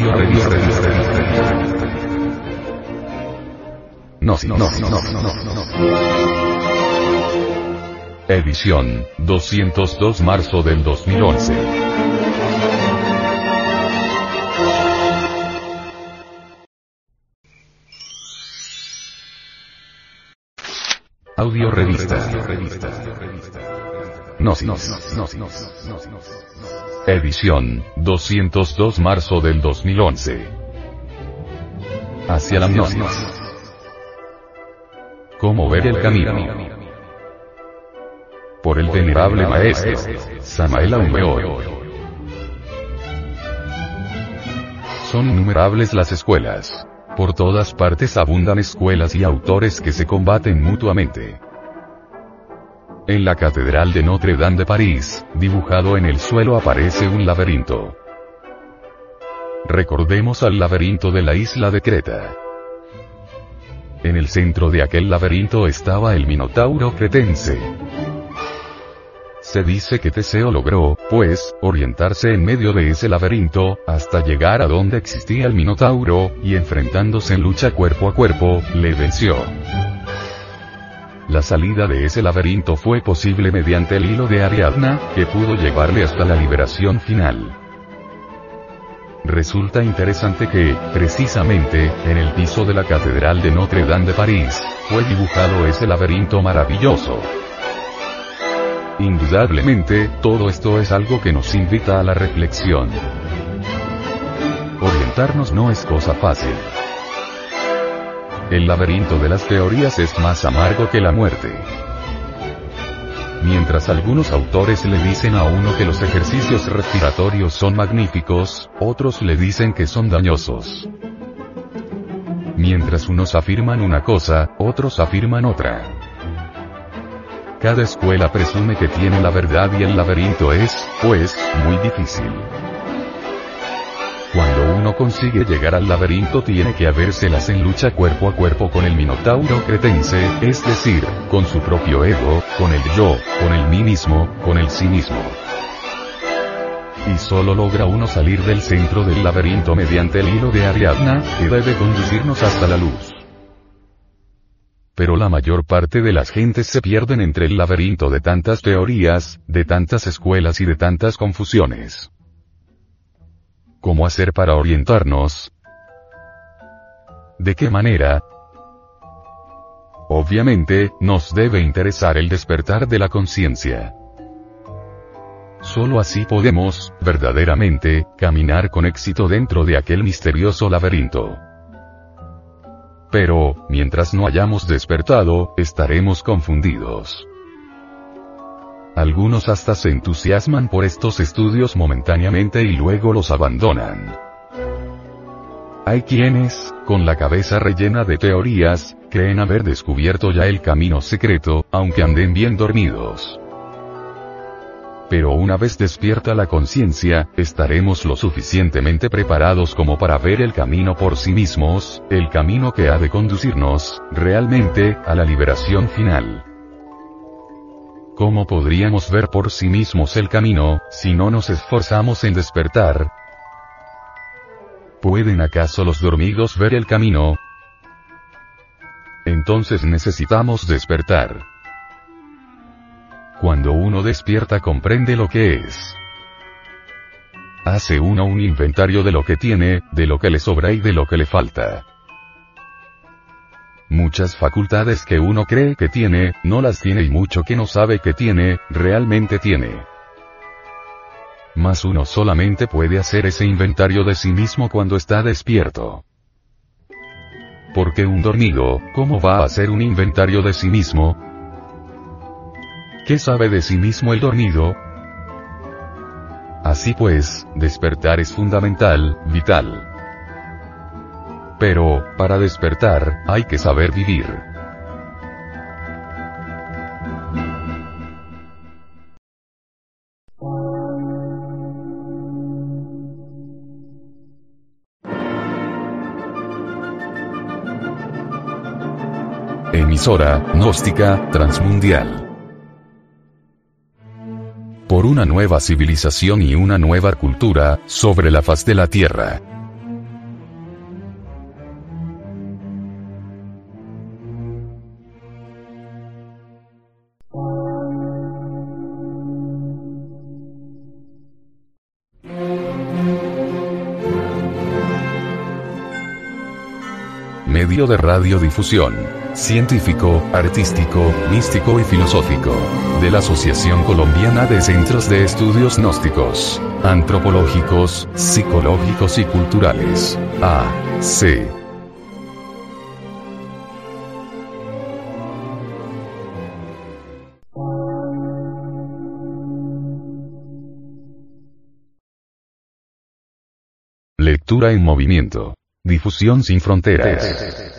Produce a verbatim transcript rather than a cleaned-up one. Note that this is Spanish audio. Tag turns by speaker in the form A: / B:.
A: Audio revista. No, no, no, no, no, no, no. Edición, doscientos dos marzo del dos mil once. Audio revista. No, no, no, no, no. Edición, doscientos dos marzo del dos mil once. Hacia la noche. ¿Cómo ver el camino? Por el venerable maestro Samael Aun Weor. Son innumerables las escuelas. Por todas partes abundan escuelas y autores que se combaten mutuamente. En la Catedral de Notre Dame de París, dibujado en el suelo aparece un laberinto. Recordemos al laberinto de la isla de Creta. En el centro de aquel laberinto estaba el Minotauro cretense. Se dice que Teseo logró, pues, orientarse en medio de ese laberinto, hasta llegar a donde existía el Minotauro, y enfrentándose en lucha cuerpo a cuerpo, le venció. La salida de ese laberinto fue posible mediante el hilo de Ariadna, que pudo llevarle hasta la liberación final. Resulta interesante que, precisamente, en el piso de la Catedral de Notre Dame de París, fue dibujado ese laberinto maravilloso. Indudablemente, todo esto es algo que nos invita a la reflexión. Orientarnos no es cosa fácil. El laberinto de las teorías es más amargo que la muerte. Mientras algunos autores le dicen a uno que los ejercicios respiratorios son magníficos, otros le dicen que son dañosos. Mientras unos afirman una cosa, otros afirman otra. Cada escuela presume que tiene la verdad y el laberinto es, pues, muy difícil. Cuando uno consigue llegar al laberinto tiene que habérselas en lucha cuerpo a cuerpo con el Minotauro cretense, es decir, con su propio ego, con el yo, con el mí mismo, con el sí mismo. Y solo logra uno salir del centro del laberinto mediante el hilo de Ariadna, que debe conducirnos hasta la luz. Pero la mayor parte de las gentes se pierden entre el laberinto de tantas teorías, de tantas escuelas y de tantas confusiones. ¿Cómo hacer para orientarnos? ¿De qué manera? Obviamente, nos debe interesar el despertar de la conciencia. Solo así podemos, verdaderamente, caminar con éxito dentro de aquel misterioso laberinto. Pero, mientras no hayamos despertado, estaremos confundidos. Algunos hasta se entusiasman por estos estudios momentáneamente y luego los abandonan. Hay quienes, con la cabeza rellena de teorías, creen haber descubierto ya el camino secreto, aunque anden bien dormidos. Pero una vez despierta la conciencia, estaremos lo suficientemente preparados como para ver el camino por sí mismos, el camino que ha de conducirnos, realmente, a la liberación final. ¿Cómo podríamos ver por sí mismos el camino, si no nos esforzamos en despertar? ¿Pueden acaso los dormidos ver el camino? Entonces necesitamos despertar. Cuando uno despierta comprende lo que es. Hace uno un inventario de lo que tiene, de lo que le sobra y de lo que le falta. Muchas facultades que uno cree que tiene, no las tiene y mucho que no sabe que tiene, realmente tiene. Mas uno solamente puede hacer ese inventario de sí mismo cuando está despierto. Porque un dormido, ¿cómo va a hacer un inventario de sí mismo? ¿Qué sabe de sí mismo el dormido? Así pues, despertar es fundamental, vital. Pero, para despertar, hay que saber vivir. Emisora, gnóstica, transmundial. Por una nueva civilización y una nueva cultura, sobre la faz de la Tierra. medio de radiodifusión científico, artístico, místico y filosófico de la Asociación Colombiana de Centros de Estudios Gnósticos, Antropológicos, Psicológicos y Culturales. A C Lectura en movimiento. Difusión sin fronteras.